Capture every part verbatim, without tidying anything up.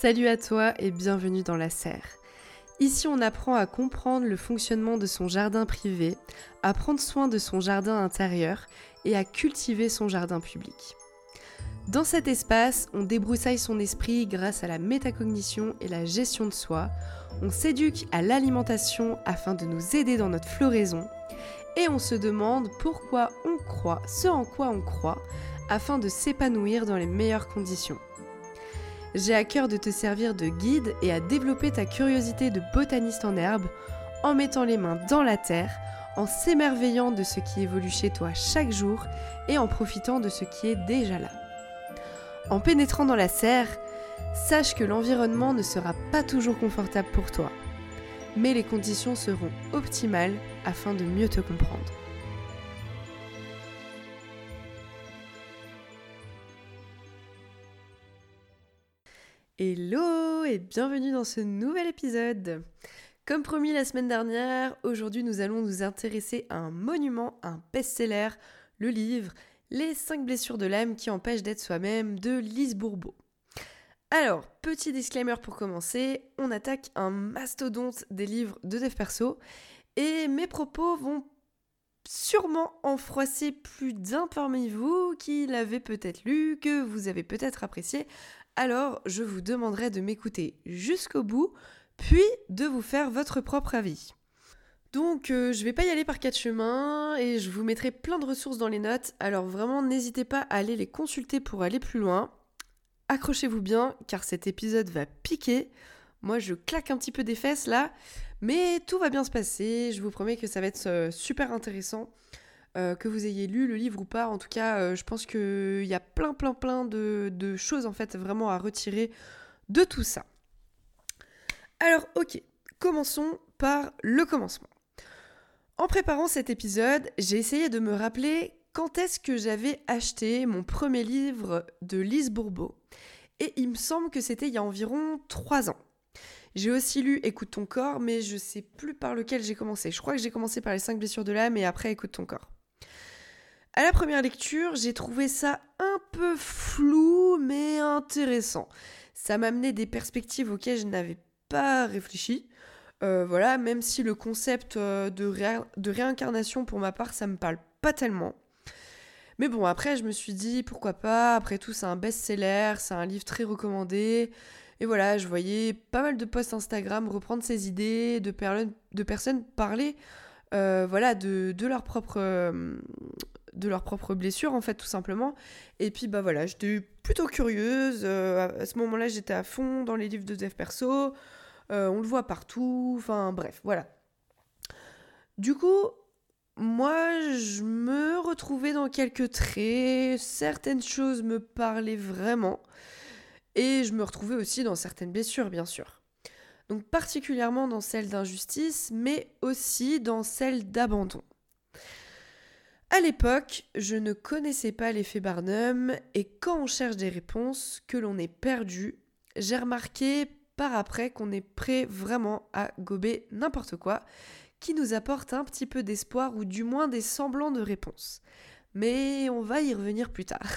Salut à toi et bienvenue dans la serre. Ici, on apprend à comprendre le fonctionnement de son jardin privé, à prendre soin de son jardin intérieur et à cultiver son jardin public. Dans cet espace, on débroussaille son esprit grâce à la métacognition et la gestion de soi, on s'éduque à l'alimentation afin de nous aider dans notre floraison, et on se demande pourquoi on croit ce en quoi on croit, afin de s'épanouir dans les meilleures conditions. J'ai à cœur de te servir de guide et à développer ta curiosité de botaniste en herbe en mettant les mains dans la terre, en s'émerveillant de ce qui évolue chez toi chaque jour et en profitant de ce qui est déjà là. En pénétrant dans la serre, sache que l'environnement ne sera pas toujours confortable pour toi, mais les conditions seront optimales afin de mieux te comprendre. Hello et bienvenue dans ce nouvel épisode. Comme promis la semaine dernière, aujourd'hui nous allons nous intéresser à un monument, un best-seller, le livre « Les cinq blessures de l'âme qui empêchent d'être soi-même » de Lise Bourbeau. Alors, petit disclaimer pour commencer, on attaque un mastodonte des livres de dev perso et mes propos vont sûrement en froisser plus d'un parmi vous qui l'avez peut-être lu, que vous avez peut-être apprécié. Alors, je vous demanderai de m'écouter jusqu'au bout, puis de vous faire votre propre avis. Donc, euh, je vais pas y aller par quatre chemins et je vous mettrai plein de ressources dans les notes. Alors vraiment, n'hésitez pas à aller les consulter pour aller plus loin. Accrochez-vous bien, car cet épisode va piquer. Moi, je claque un petit peu des fesses là, mais tout va bien se passer. Je vous promets que ça va être euh, super intéressant. Euh, que vous ayez lu le livre ou pas, en tout cas, euh, je pense qu'il y a plein, plein, plein de, de choses en fait vraiment à retirer de tout ça. Alors, ok, commençons par le commencement. En préparant cet épisode, j'ai essayé de me rappeler quand est-ce que j'avais acheté mon premier livre de Lise Bourbeau. Et il me semble que c'était il y a environ trois ans. J'ai aussi lu Écoute ton corps, mais je sais plus par lequel j'ai commencé. Je crois que j'ai commencé par les cinq blessures de l'âme et après Écoute ton corps. À la première lecture, j'ai trouvé ça un peu flou, mais intéressant. Ça m'amenait des perspectives auxquelles je n'avais pas réfléchi. Euh, voilà, même si le concept euh, de, ré- de réincarnation, pour ma part, ça me parle pas tellement. Mais bon, après, je me suis dit, pourquoi pas, après tout, c'est un best-seller, c'est un livre très recommandé. Et voilà, je voyais pas mal de posts Instagram reprendre ces idées, de, per- de personnes parler euh, voilà, de, de leur propre... Euh, de leurs propres blessures en fait tout simplement, et puis bah voilà, j'étais plutôt curieuse, euh, à ce moment-là j'étais à fond dans les livres de dev perso, euh, on le voit partout, enfin bref, voilà. Du coup, moi je me retrouvais dans quelques traits, certaines choses me parlaient vraiment, et je me retrouvais aussi dans certaines blessures bien sûr. Donc particulièrement dans celle d'injustice, mais aussi dans celle d'abandon. À l'époque, je ne connaissais pas l'effet Barnum et quand on cherche des réponses, que l'on est perdu, j'ai remarqué par après qu'on est prêt vraiment à gober n'importe quoi qui nous apporte un petit peu d'espoir ou du moins des semblants de réponses. Mais on va y revenir plus tard.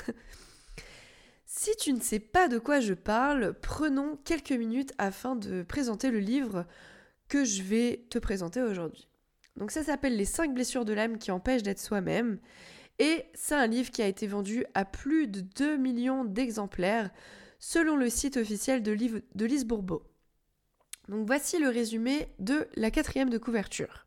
Si tu ne sais pas de quoi je parle, prenons quelques minutes afin de présenter le livre que je vais te présenter aujourd'hui. Donc ça s'appelle « Les cinq blessures de l'âme qui empêchent d'être soi-même » et c'est un livre qui a été vendu à plus de deux millions d'exemplaires selon le site officiel de, livre, de Lise Bourbeau. Donc voici le résumé de la quatrième de couverture.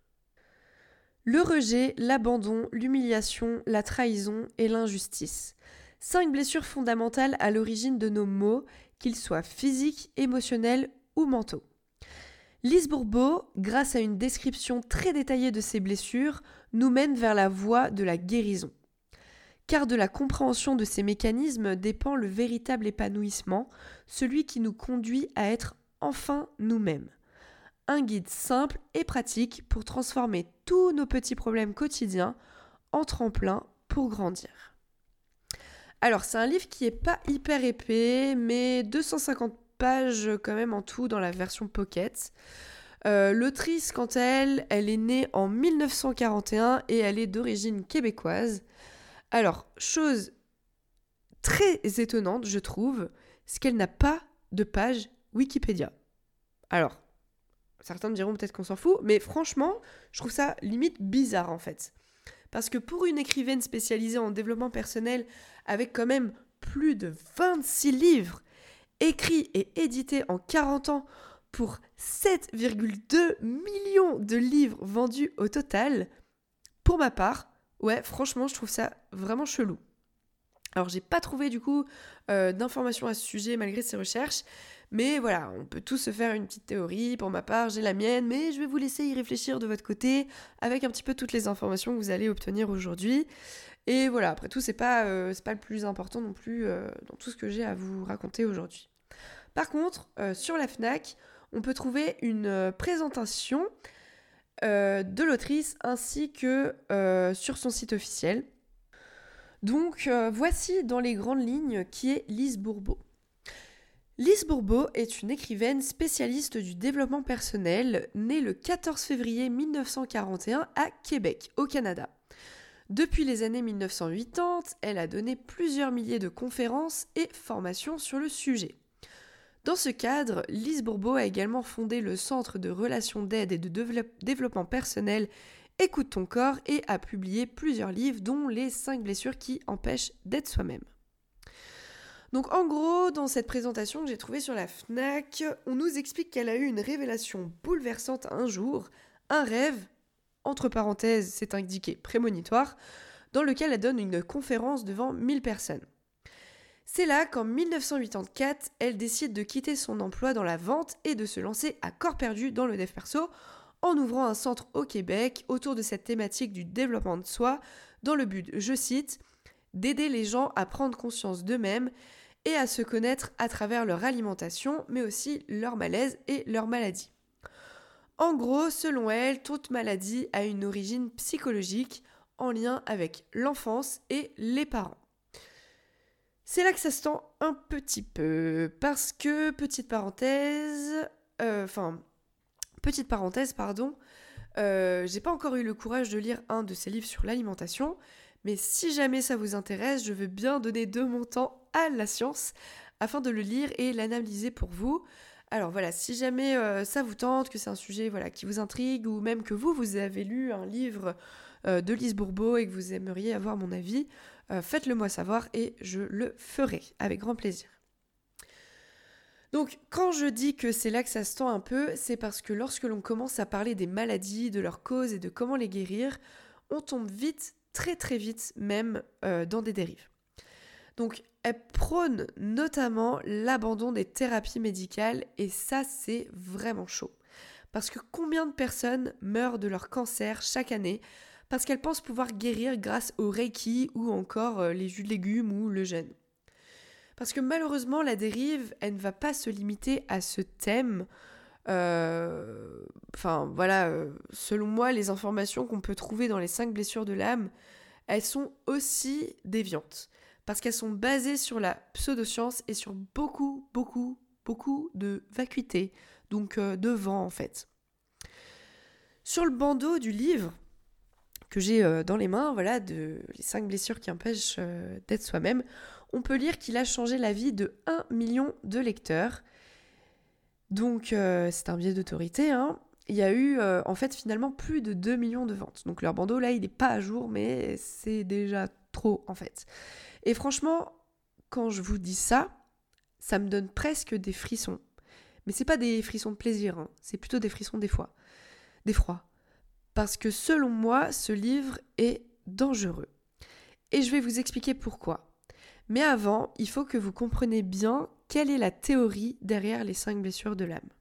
Le rejet, l'abandon, l'humiliation, la trahison et l'injustice. Cinq blessures fondamentales à l'origine de nos maux, qu'ils soient physiques, émotionnels ou mentaux. Lise Bourbeau, grâce à une description très détaillée de ses blessures, nous mène vers la voie de la guérison. Car de la compréhension de ces mécanismes dépend le véritable épanouissement, celui qui nous conduit à être enfin nous-mêmes. Un guide simple et pratique pour transformer tous nos petits problèmes quotidiens en tremplin pour grandir. Alors c'est un livre qui n'est pas hyper épais, mais deux cent cinquante pages quand même en tout dans la version pocket. Euh, l'autrice, quant à elle, elle est née en dix-neuf cent quarante et un et elle est d'origine québécoise. Alors, chose très étonnante, je trouve, c'est qu'elle n'a pas de page Wikipédia. Alors, certains me diront peut-être qu'on s'en fout, mais franchement, je trouve ça limite bizarre en fait. Parce que pour une écrivaine spécialisée en développement personnel, avec quand même plus de vingt-six livres, écrits et édités en quarante ans, pour sept virgule deux millions de livres vendus au total, pour ma part, ouais, franchement, je trouve ça vraiment chelou. Alors, j'ai pas trouvé du coup euh, d'informations à ce sujet malgré ces recherches, mais voilà, on peut tous se faire une petite théorie. Pour ma part, j'ai la mienne, mais je vais vous laisser y réfléchir de votre côté avec un petit peu toutes les informations que vous allez obtenir aujourd'hui. Et voilà, après tout, c'est pas, euh, c'est pas le plus important non plus euh, dans tout ce que j'ai à vous raconter aujourd'hui. Par contre, euh, sur la Fnac, on peut trouver une euh, présentation euh, de l'autrice ainsi que euh, sur son site officiel. Donc euh, voici dans les grandes lignes qui est Lise Bourbeau. Lise Bourbeau est une écrivaine spécialiste du développement personnel, née le quatorze février mille neuf cent quarante et un à Québec, au Canada. Depuis les années mille neuf cent quatre-vingt-dix, elle a donné plusieurs milliers de conférences et formations sur le sujet. Dans ce cadre, Lise Bourbeau a également fondé le Centre de relations d'aide et de développement personnel Écoute ton corps et a publié plusieurs livres dont les cinq blessures qui empêchent d'être soi-même. Donc en gros, dans cette présentation que j'ai trouvée sur la Fnac, on nous explique qu'elle a eu une révélation bouleversante un jour, un rêve, entre parenthèses c'est indiqué prémonitoire, dans lequel elle donne une conférence devant mille personnes. C'est là qu'en mille neuf cent quatre-vingt-quatorze, elle décide de quitter son emploi dans la vente et de se lancer à corps perdu dans le dev perso, en ouvrant un centre au Québec autour de cette thématique du développement de soi, dans le but, je cite, d'aider les gens à prendre conscience d'eux-mêmes et à se connaître à travers leur alimentation, mais aussi leur malaise et leur maladie. En gros, selon elle, toute maladie a une origine psychologique en lien avec l'enfance et les parents. C'est là que ça se tend un petit peu, parce que, petite parenthèse, euh, enfin... Petite parenthèse, pardon, euh, j'ai pas encore eu le courage de lire un de ces livres sur l'alimentation, mais si jamais ça vous intéresse, je veux bien donner de mon temps à la science afin de le lire et l'analyser pour vous. Alors voilà, si jamais euh, ça vous tente, que c'est un sujet voilà, qui vous intrigue, ou même que vous, vous avez lu un livre euh, de Lise Bourbeau et que vous aimeriez avoir mon avis, euh, faites-le moi savoir et je le ferai avec grand plaisir. Donc, quand je dis que c'est là que ça se tend un peu, c'est parce que lorsque l'on commence à parler des maladies, de leurs causes et de comment les guérir, on tombe vite, très très vite même, euh, dans des dérives. Donc, elle prône notamment l'abandon des thérapies médicales et ça, c'est vraiment chaud. Parce que combien de personnes meurent de leur cancer chaque année parce qu'elles pensent pouvoir guérir grâce au Reiki ou encore euh, les jus de légumes ou le jeûne. Parce que malheureusement, la dérive, elle ne va pas se limiter à ce thème. Euh, enfin, voilà, euh, selon moi, les informations qu'on peut trouver dans les cinq blessures de l'âme, elles sont aussi déviantes. Parce qu'elles sont basées sur la pseudoscience et sur beaucoup, beaucoup, beaucoup de vacuité. Donc, euh, de vent, en fait. Sur le bandeau du livre que j'ai euh, dans les mains, voilà, de les cinq blessures qui empêchent euh, d'être soi-même, on peut lire qu'il a changé la vie de un million de lecteurs. Donc, euh, c'est un biais d'autorité, hein. Il y a eu, euh, en fait, finalement, plus de deux millions de ventes. Donc, leur bandeau, là, il n'est pas à jour, mais c'est déjà trop, en fait. Et franchement, quand je vous dis ça, ça me donne presque des frissons. Mais c'est pas des frissons de plaisir, hein. C'est plutôt des frissons d'effroi. D'effroi. Parce que, selon moi, ce livre est dangereux. Et je vais vous expliquer pourquoi. Mais avant, il faut que vous compreniez bien quelle est la théorie derrière les cinq blessures de l'âme.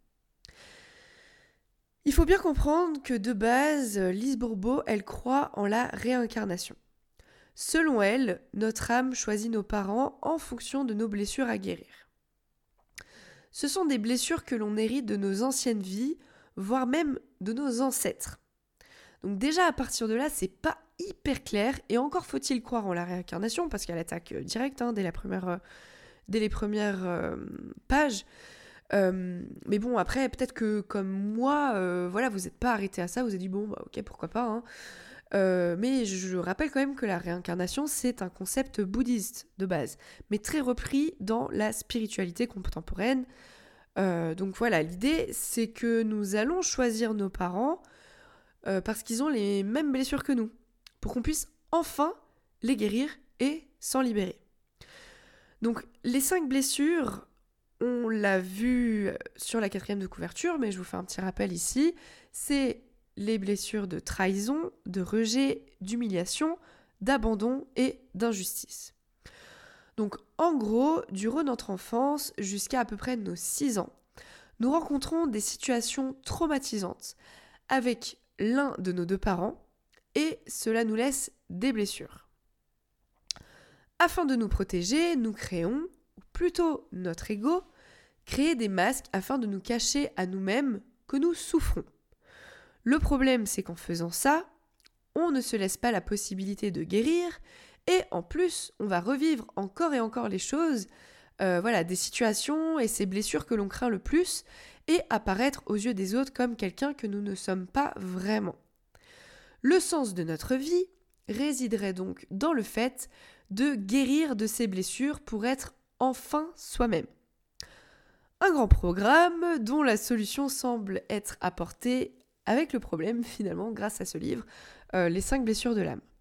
Il faut bien comprendre que de base, Lise Bourbeau, elle croit en la réincarnation. Selon elle, notre âme choisit nos parents en fonction de nos blessures à guérir. Ce sont des blessures que l'on hérite de nos anciennes vies, voire même de nos ancêtres. Donc déjà, à partir de là, c'est pas hyper clair, et encore faut-il croire en la réincarnation, parce qu'elle attaque euh, direct, hein, dès, la première, euh, dès les premières euh, pages. Euh, mais bon, après, peut-être que comme moi, euh, voilà, vous n'êtes pas arrêté à ça, vous avez dit, bon, bah, ok, pourquoi pas. Hein. Euh, mais je rappelle quand même que la réincarnation, c'est un concept bouddhiste de base, mais très repris dans la spiritualité contemporaine, Euh, donc voilà, l'idée, c'est que nous allons choisir nos parents euh, parce qu'ils ont les mêmes blessures que nous, pour qu'on puisse enfin les guérir et s'en libérer. Donc les cinq blessures, on l'a vu sur la quatrième de couverture, mais je vous fais un petit rappel ici, c'est les blessures de trahison, de rejet, d'humiliation, d'abandon et d'injustice. Donc en gros, durant notre enfance jusqu'à à peu près nos six ans, nous rencontrons des situations traumatisantes avec l'un de nos deux parents et cela nous laisse des blessures. Afin de nous protéger, nous créons, ou plutôt notre ego, créer des masques afin de nous cacher à nous-mêmes que nous souffrons. Le problème, c'est qu'en faisant ça, on ne se laisse pas la possibilité de guérir et en plus, on va revivre encore et encore les choses, euh, voilà, des situations et ces blessures que l'on craint le plus et apparaître aux yeux des autres comme quelqu'un que nous ne sommes pas vraiment. Le sens de notre vie résiderait donc dans le fait de guérir de ces blessures pour être enfin soi-même. Un grand programme dont la solution semble être apportée avec le problème finalement grâce à ce livre, euh, Les cinq blessures de l'âme.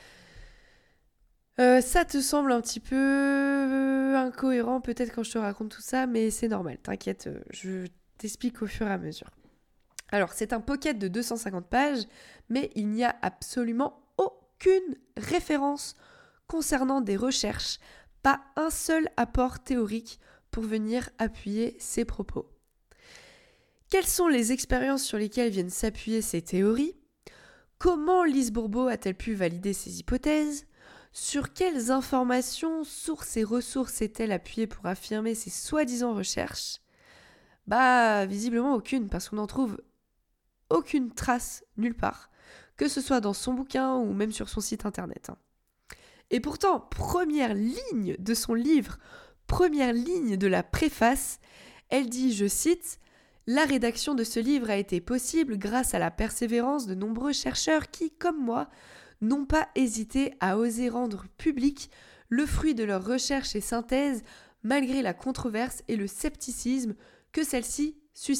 Euh, ça te semble un petit peu incohérent peut-être quand je te raconte tout ça, mais c'est normal, t'inquiète, je t'explique au fur et à mesure. Alors c'est un pocket de deux cent cinquante pages, mais il n'y a absolument aucune référence concernant des recherches, pas un seul apport théorique pour venir appuyer ces propos. Quelles sont les expériences sur lesquelles viennent s'appuyer ces théories ? Comment Lise Bourbeau a-t-elle pu valider ces hypothèses ? Sur quelles informations, sources et ressources est-elle appuyée pour affirmer ces soi-disant recherches ? Bah, visiblement aucune, parce qu'on n'en trouve aucune trace nulle part, que ce soit dans son bouquin ou même sur son site internet. Et pourtant, première ligne de son livre, première ligne de la préface, elle dit, je cite, « La rédaction de ce livre a été possible grâce à la persévérance de nombreux chercheurs qui, comme moi, n'ont pas hésité à oser rendre public le fruit de leurs recherches et synthèses malgré la controverse et le scepticisme que celle-ci suscite. »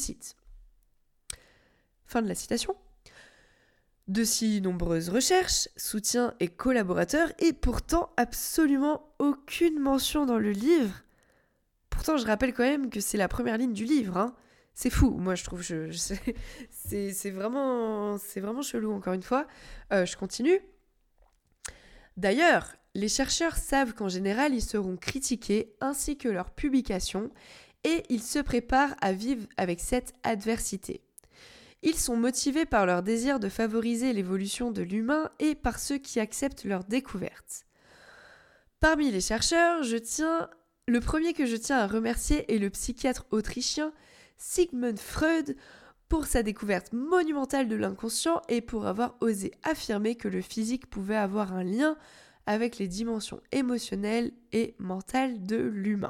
Fin de la citation. De si nombreuses recherches, soutiens et collaborateurs, et pourtant absolument aucune mention dans le livre. Pourtant, je rappelle quand même que c'est la première ligne du livre, hein. C'est fou, moi je trouve, je, je sais, c'est, c'est, vraiment, c'est vraiment chelou encore une fois. Euh, je continue. D'ailleurs, les chercheurs savent qu'en général, ils seront critiqués ainsi que leurs publications et ils se préparent à vivre avec cette adversité. Ils sont motivés par leur désir de favoriser l'évolution de l'humain et par ceux qui acceptent leur découverte. Parmi les chercheurs, je tiens, le premier que je tiens à remercier est le psychiatre autrichien Sigmund Freud pour sa découverte monumentale de l'inconscient et pour avoir osé affirmer que le physique pouvait avoir un lien avec les dimensions émotionnelles et mentales de l'humain.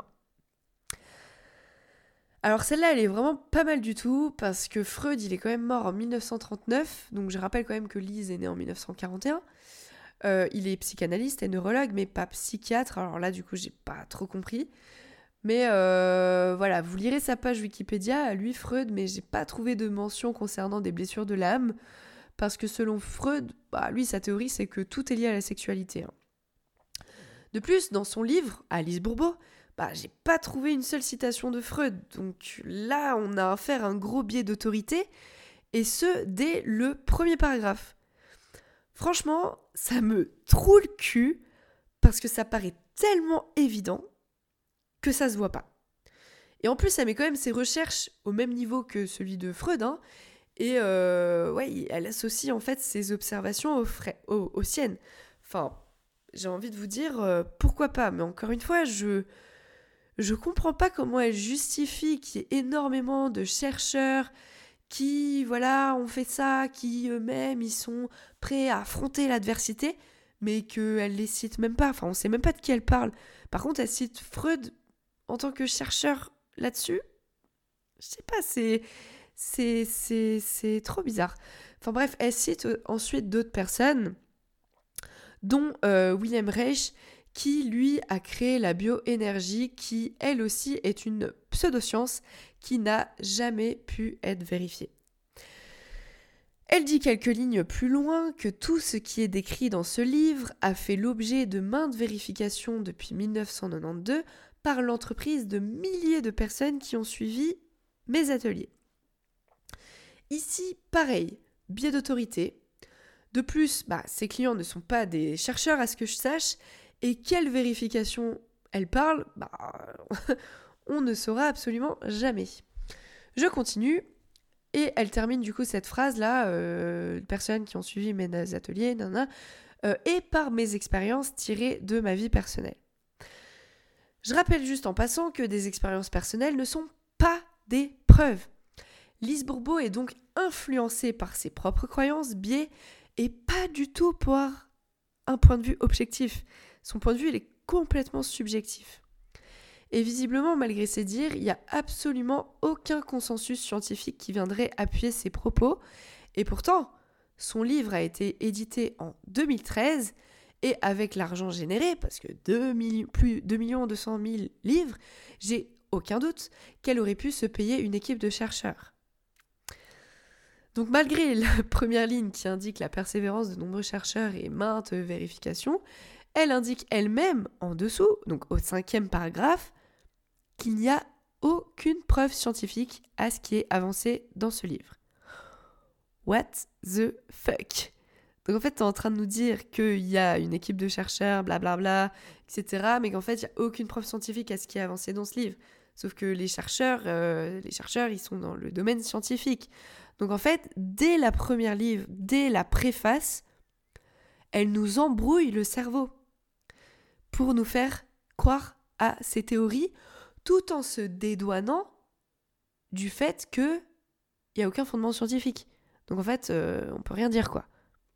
Alors celle-là, elle est vraiment pas mal du tout, parce que Freud, il est quand même mort en dix-neuf cent trente-neuf, donc je rappelle quand même que Lise est née en dix-neuf cent quarante et un. Euh, il est psychanalyste et neurologue, mais pas psychiatre, alors là, du coup, j'ai pas trop compris. Mais euh, voilà, vous lirez sa page Wikipédia, lui, Freud, mais j'ai pas trouvé de mention concernant des blessures de l'âme, parce que selon Freud, bah, lui, sa théorie, c'est que tout est lié à la sexualité. Hein. De plus, dans son livre, Lise Bourbeau, bah, j'ai pas trouvé une seule citation de Freud. Donc là, on a affaire à un gros biais d'autorité, et ce, dès le premier paragraphe. Franchement, ça me troue le cul, parce que ça paraît tellement évident que ça se voit pas. Et en plus, elle met quand même ses recherches au même niveau que celui de Freud, hein, et euh, ouais, elle associe en fait ses observations aux, frais, aux, aux siennes. Enfin, j'ai envie de vous dire, euh, pourquoi pas, mais encore une fois, je... Je comprends pas comment elle justifie qu'il y ait énormément de chercheurs qui, voilà, ont fait ça, qui eux-mêmes, ils sont prêts à affronter l'adversité, mais qu'elle les cite même pas. Enfin, on sait même pas de qui elle parle. Par contre, elle cite Freud en tant que chercheur là-dessus. Je sais pas, c'est, c'est, c'est, c'est trop bizarre. Enfin bref, elle cite ensuite d'autres personnes, dont euh, Wilhelm Reich, qui lui a créé la bioénergie qui elle aussi est une pseudoscience qui n'a jamais pu être vérifiée. Elle dit quelques lignes plus loin que tout ce qui est décrit dans ce livre a fait l'objet de maintes vérifications depuis dix-neuf cent quatre-vingt-douze par l'entreprise de milliers de personnes qui ont suivi mes ateliers. Ici, pareil, biais d'autorité. De plus, bah, ces clients ne sont pas des chercheurs à ce que je sache, et quelle vérification elle parle, bah, on ne saura absolument jamais. Je continue. Et elle termine du coup cette phrase-là, euh, personnes qui ont suivi mes ateliers, nanana, euh, et par mes expériences tirées de ma vie personnelle. Je rappelle juste en passant que des expériences personnelles ne sont pas des preuves. Lise Bourbeau est donc influencée par ses propres croyances, biais, et pas du tout par un point de vue objectif. Son point de vue, il est complètement subjectif. Et visiblement, malgré ces dires, il n'y a absolument aucun consensus scientifique qui viendrait appuyer ses propos. Et pourtant, son livre a été édité en deux mille treize et avec l'argent généré, parce que deux millions, plus deux millions deux cent mille livres, j'ai aucun doute qu'elle aurait pu se payer une équipe de chercheurs. Donc malgré la première ligne qui indique la persévérance de nombreux chercheurs et maintes vérifications, elle indique elle-même en dessous, donc au cinquième paragraphe, qu'il n'y a aucune preuve scientifique à ce qui est avancé dans ce livre. What the fuck? Donc en fait, tu es en train de nous dire qu'il y a une équipe de chercheurs, blablabla, et cetera, mais qu'en fait, il n'y a aucune preuve scientifique à ce qui est avancé dans ce livre. Sauf que les chercheurs, euh, les chercheurs, ils sont dans le domaine scientifique. Donc en fait, dès la première livre, dès la préface, elle nous embrouille le cerveau pour nous faire croire à ces théories tout en se dédouanant du fait qu'il n'y a aucun fondement scientifique. Donc en fait, euh, on peut rien dire, quoi.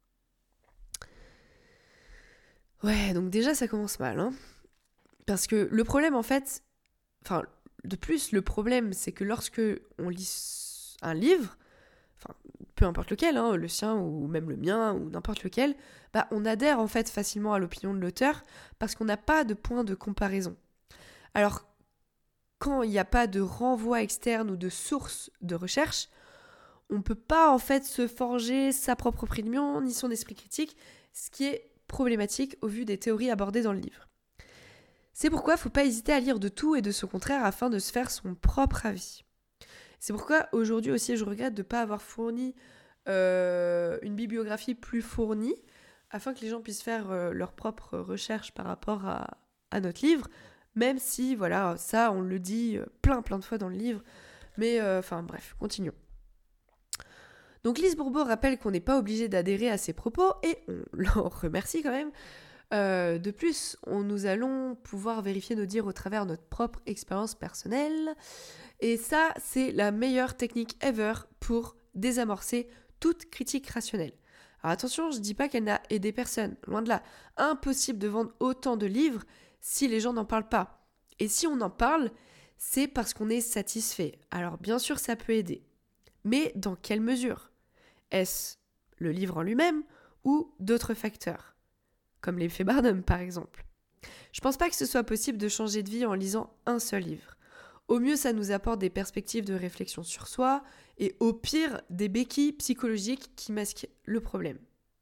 Ouais, donc déjà, ça commence mal, hein. Parce que le problème, en fait... Enfin, de plus, le problème, c'est que lorsque on lit un livre, enfin, peu importe lequel, hein, le sien ou même le mien ou n'importe lequel, bah, on adhère en fait facilement à l'opinion de l'auteur parce qu'on n'a pas de point de comparaison. Alors, quand il n'y a pas de renvoi externe ou de source de recherche, on ne peut pas en fait se forger sa propre opinion ni son esprit critique, ce qui est problématique au vu des théories abordées dans le livre. C'est pourquoi il ne faut pas hésiter à lire de tout et de son contraire afin de se faire son propre avis. C'est pourquoi aujourd'hui aussi je regrette de ne pas avoir fourni euh, une bibliographie plus fournie afin que les gens puissent faire euh, leur propre recherche par rapport à, à notre livre, même si, voilà, ça on le dit plein plein de fois dans le livre, mais enfin euh, bref, continuons. Donc Lise Bourbeau rappelle qu'on n'est pas obligé d'adhérer à ses propos et on l'en remercie quand même. Euh, de plus, on, nous allons pouvoir vérifier nos dires au travers de notre propre expérience personnelle. Et ça, c'est la meilleure technique ever pour désamorcer toute critique rationnelle. Alors attention, je ne dis pas qu'elle n'a aidé personne, loin de là. Impossible de vendre autant de livres si les gens n'en parlent pas. Et si on en parle, c'est parce qu'on est satisfait. Alors bien sûr, ça peut aider. Mais dans quelle mesure ? Est-ce le livre en lui-même ou d'autres facteurs ? Comme l'effet Barnum par exemple. Je pense pas que ce soit possible de changer de vie en lisant un seul livre. Au mieux, ça nous apporte des perspectives de réflexion sur soi et au pire, des béquilles psychologiques qui masquent le problème.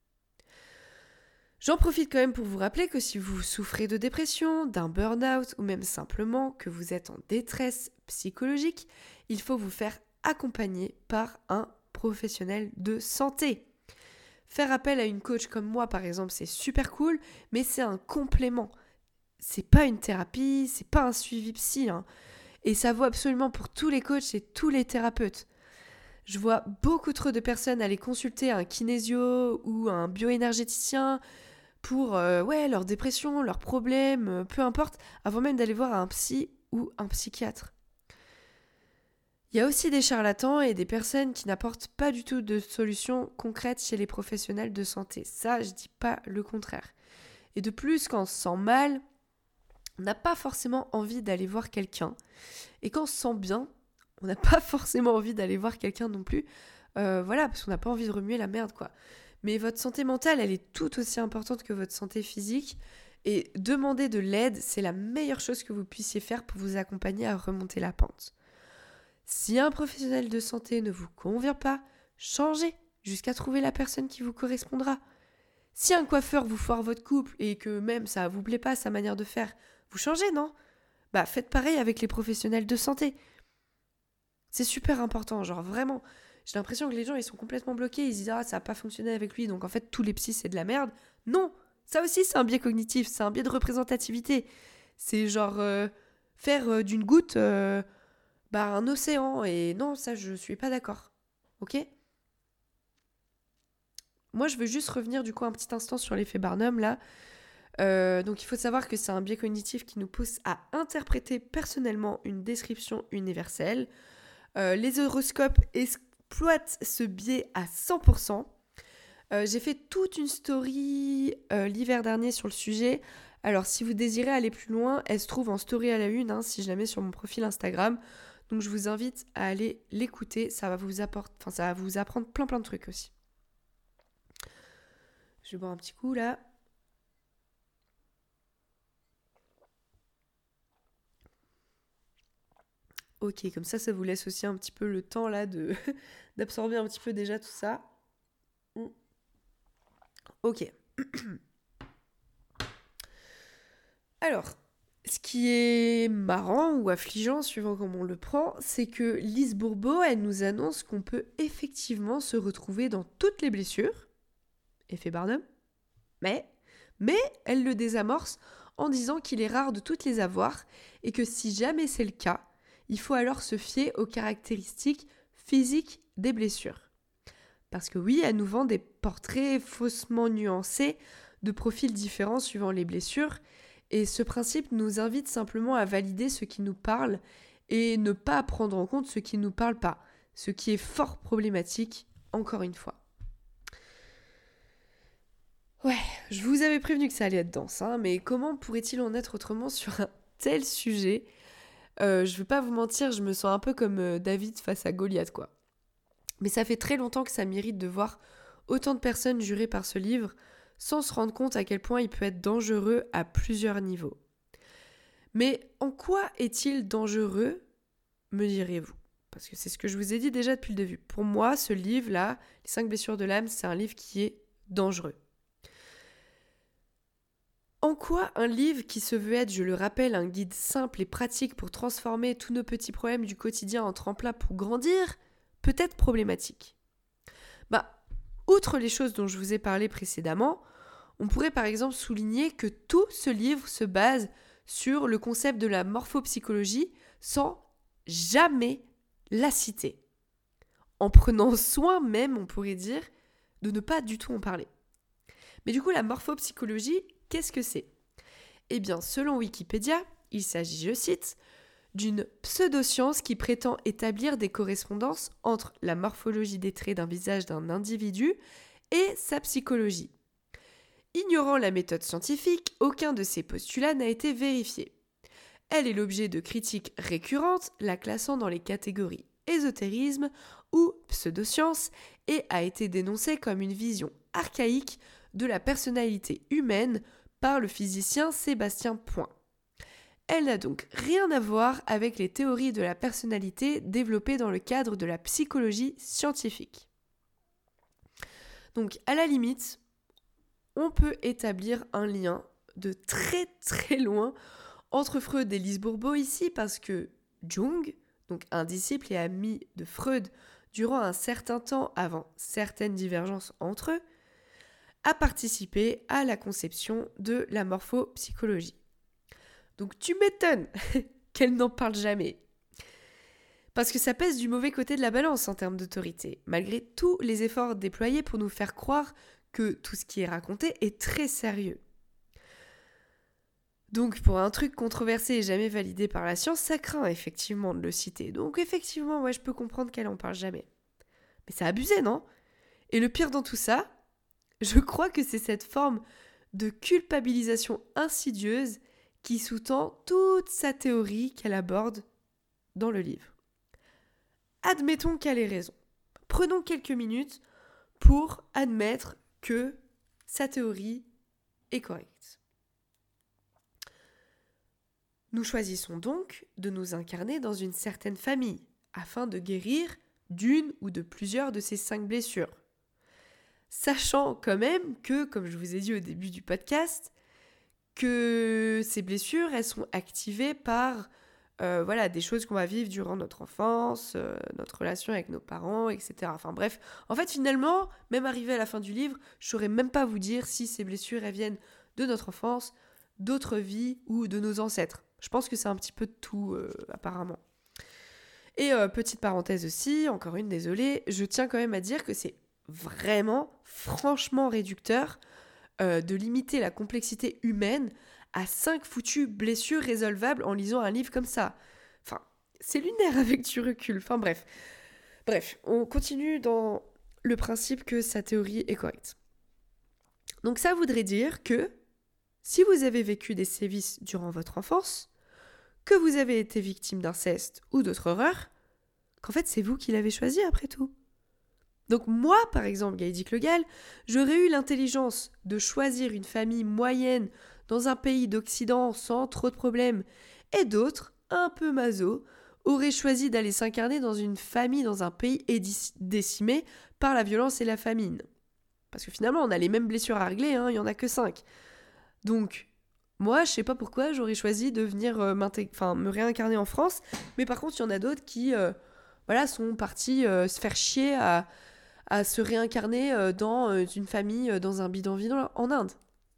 J'en profite quand même pour vous rappeler que si vous souffrez de dépression, d'un burn-out ou même simplement que vous êtes en détresse psychologique, il faut vous faire accompagner par un professionnel de santé. Faire appel à une coach comme moi, par exemple, c'est super cool, mais c'est un complément. C'est pas une thérapie, c'est pas un suivi psy, hein. Et ça vaut absolument pour tous les coachs et tous les thérapeutes. Je vois beaucoup trop de personnes aller consulter un kinésio ou un bioénergéticien pour euh, ouais, leur dépression, leurs problèmes, peu importe, avant même d'aller voir un psy ou un psychiatre. Il y a aussi des charlatans et des personnes qui n'apportent pas du tout de solutions concrètes chez les professionnels de santé. Ça, je dis pas le contraire. Et de plus, quand on se sent mal, on n'a pas forcément envie d'aller voir quelqu'un. Et quand on se sent bien, on n'a pas forcément envie d'aller voir quelqu'un non plus. Euh, voilà, parce qu'on n'a pas envie de remuer la merde, quoi. Mais votre santé mentale, elle est tout aussi importante que votre santé physique. Et demander de l'aide, c'est la meilleure chose que vous puissiez faire pour vous accompagner à remonter la pente. Si un professionnel de santé ne vous convient pas, changez jusqu'à trouver la personne qui vous correspondra. Si un coiffeur vous foire votre couple et que même ça vous plaît pas sa manière de faire, vous changez, non ? Bah faites pareil avec les professionnels de santé. C'est super important, genre vraiment. J'ai l'impression que les gens ils sont complètement bloqués, ils se disent ah ça n'a pas fonctionné avec lui, donc en fait tous les psys c'est de la merde. Non, ça aussi c'est un biais cognitif, c'est un biais de représentativité. C'est genre euh, faire euh, d'une goutte euh, bah, un océan, et non ça je suis pas d'accord, ok ? Moi je veux juste revenir du coup un petit instant sur l'effet Barnum là. Euh, donc il faut savoir que c'est un biais cognitif qui nous pousse à interpréter personnellement une description universelle. Euh, les horoscopes exploitent ce biais à cent pour cent. Euh, j'ai fait toute une story euh, l'hiver dernier sur le sujet. Alors si vous désirez aller plus loin, elle se trouve en story à la une, hein, si je la mets sur mon profil Instagram. Donc je vous invite à aller l'écouter, ça va vous apporter, enfin ça va vous apprendre plein plein de trucs aussi. Je vais boire un petit coup là. Ok, comme ça, ça vous laisse aussi un petit peu le temps là de d'absorber un petit peu déjà tout ça. Ok. Alors, ce qui est marrant ou affligeant, suivant comment on le prend, c'est que Lise Bourbeau, elle nous annonce qu'on peut effectivement se retrouver dans toutes les blessures, effet Barnum, mais, mais elle le désamorce en disant qu'il est rare de toutes les avoir et que si jamais c'est le cas, il faut alors se fier aux caractéristiques physiques des blessures. Parce que oui, elle nous vend des portraits faussement nuancés de profils différents suivant les blessures, et ce principe nous invite simplement à valider ce qui nous parle et ne pas prendre en compte ce qui ne nous parle pas, ce qui est fort problématique, encore une fois. Ouais, je vous avais prévenu que ça allait être dense, hein, mais comment pourrait-il en être autrement sur un tel sujet ? euh, Je ne vais pas vous mentir, je me sens un peu comme euh, David face à Goliath, quoi. Mais ça fait très longtemps que ça mérite de voir autant de personnes jurées par ce livre sans se rendre compte à quel point il peut être dangereux à plusieurs niveaux. Mais en quoi est-il dangereux, me direz-vous ? Parce que c'est ce que je vous ai dit déjà depuis le début. Pour moi, ce livre-là, Les cinq blessures de l'âme, c'est un livre qui est dangereux. En quoi un livre qui se veut être, je le rappelle, un guide simple et pratique pour transformer tous nos petits problèmes du quotidien en tremplin pour grandir, peut être problématique ? Bah, outre les choses dont je vous ai parlé précédemment, on pourrait par exemple souligner que tout ce livre se base sur le concept de la morphopsychologie sans jamais la citer. En prenant soin même, on pourrait dire, de ne pas du tout en parler. Mais du coup, la morphopsychologie, qu'est-ce que c'est ? Eh bien, selon Wikipédia, il s'agit, je cite, d'une pseudoscience qui prétend établir des correspondances entre la morphologie des traits d'un visage d'un individu et sa psychologie. Ignorant la méthode scientifique, aucun de ces postulats n'a été vérifié. Elle est l'objet de critiques récurrentes, la classant dans les catégories ésotérisme ou pseudoscience, et a été dénoncée comme une vision archaïque de la personnalité humaine par le physicien Sébastien Point. Elle n'a donc rien à voir avec les théories de la personnalité développées dans le cadre de la psychologie scientifique. Donc, à la limite, on peut établir un lien de très très loin entre Freud et Lise Bourbeau ici, parce que Jung, donc un disciple et ami de Freud durant un certain temps avant certaines divergences entre eux, a participé à la conception de la morphopsychologie. Donc tu m'étonnes qu'elle n'en parle jamais. Parce que ça pèse du mauvais côté de la balance en termes d'autorité, malgré tous les efforts déployés pour nous faire croire que tout ce qui est raconté est très sérieux. Donc pour un truc controversé et jamais validé par la science, ça craint effectivement de le citer. Donc effectivement, ouais, je peux comprendre qu'elle en parle jamais. Mais c'est abusé, non ? Et le pire dans tout ça, je crois que c'est cette forme de culpabilisation insidieuse qui sous-tend toute sa théorie qu'elle aborde dans le livre. Admettons qu'elle ait raison. Prenons quelques minutes pour admettre que sa théorie est correcte. Nous choisissons donc de nous incarner dans une certaine famille afin de guérir d'une ou de plusieurs de ces cinq blessures. Sachant quand même que, comme je vous ai dit au début du podcast, que ces blessures, elles sont activées par euh, voilà, des choses qu'on va vivre durant notre enfance, euh, notre relation avec nos parents, et cetera. Enfin bref, en fait finalement, même arrivé à la fin du livre, je ne saurais même pas vous dire si ces blessures, elles viennent de notre enfance, d'autres vies ou de nos ancêtres. Je pense que c'est un petit peu de tout, euh, apparemment. Et euh, petite parenthèse aussi, encore une, désolée, je tiens quand même à dire que c'est vraiment, franchement réducteur euh, de limiter la complexité humaine à cinq foutues blessures résolvables en lisant un livre comme ça. Enfin, c'est lunaire avec du recul. Enfin bref. Bref, on continue dans le principe que sa théorie est correcte. Donc ça voudrait dire que si vous avez vécu des sévices durant votre enfance, que vous avez été victime d'inceste ou d'autres horreurs, qu'en fait c'est vous qui l'avez choisi après tout. Donc moi, par exemple, Gaïdic Le Gall, j'aurais eu l'intelligence de choisir une famille moyenne dans un pays d'Occident sans trop de problèmes, et d'autres, un peu maso, auraient choisi d'aller s'incarner dans une famille dans un pays édi- décimé par la violence et la famine. Parce que finalement, on a les mêmes blessures à régler, hein, il n'y en a que cinq. Donc, moi, je sais pas pourquoi j'aurais choisi de venir euh, enfin, me réincarner en France, mais par contre, il y en a d'autres qui euh, voilà, sont partis euh, se faire chier à, à se réincarner euh, dans euh, une famille, euh, dans un bidonville en Inde.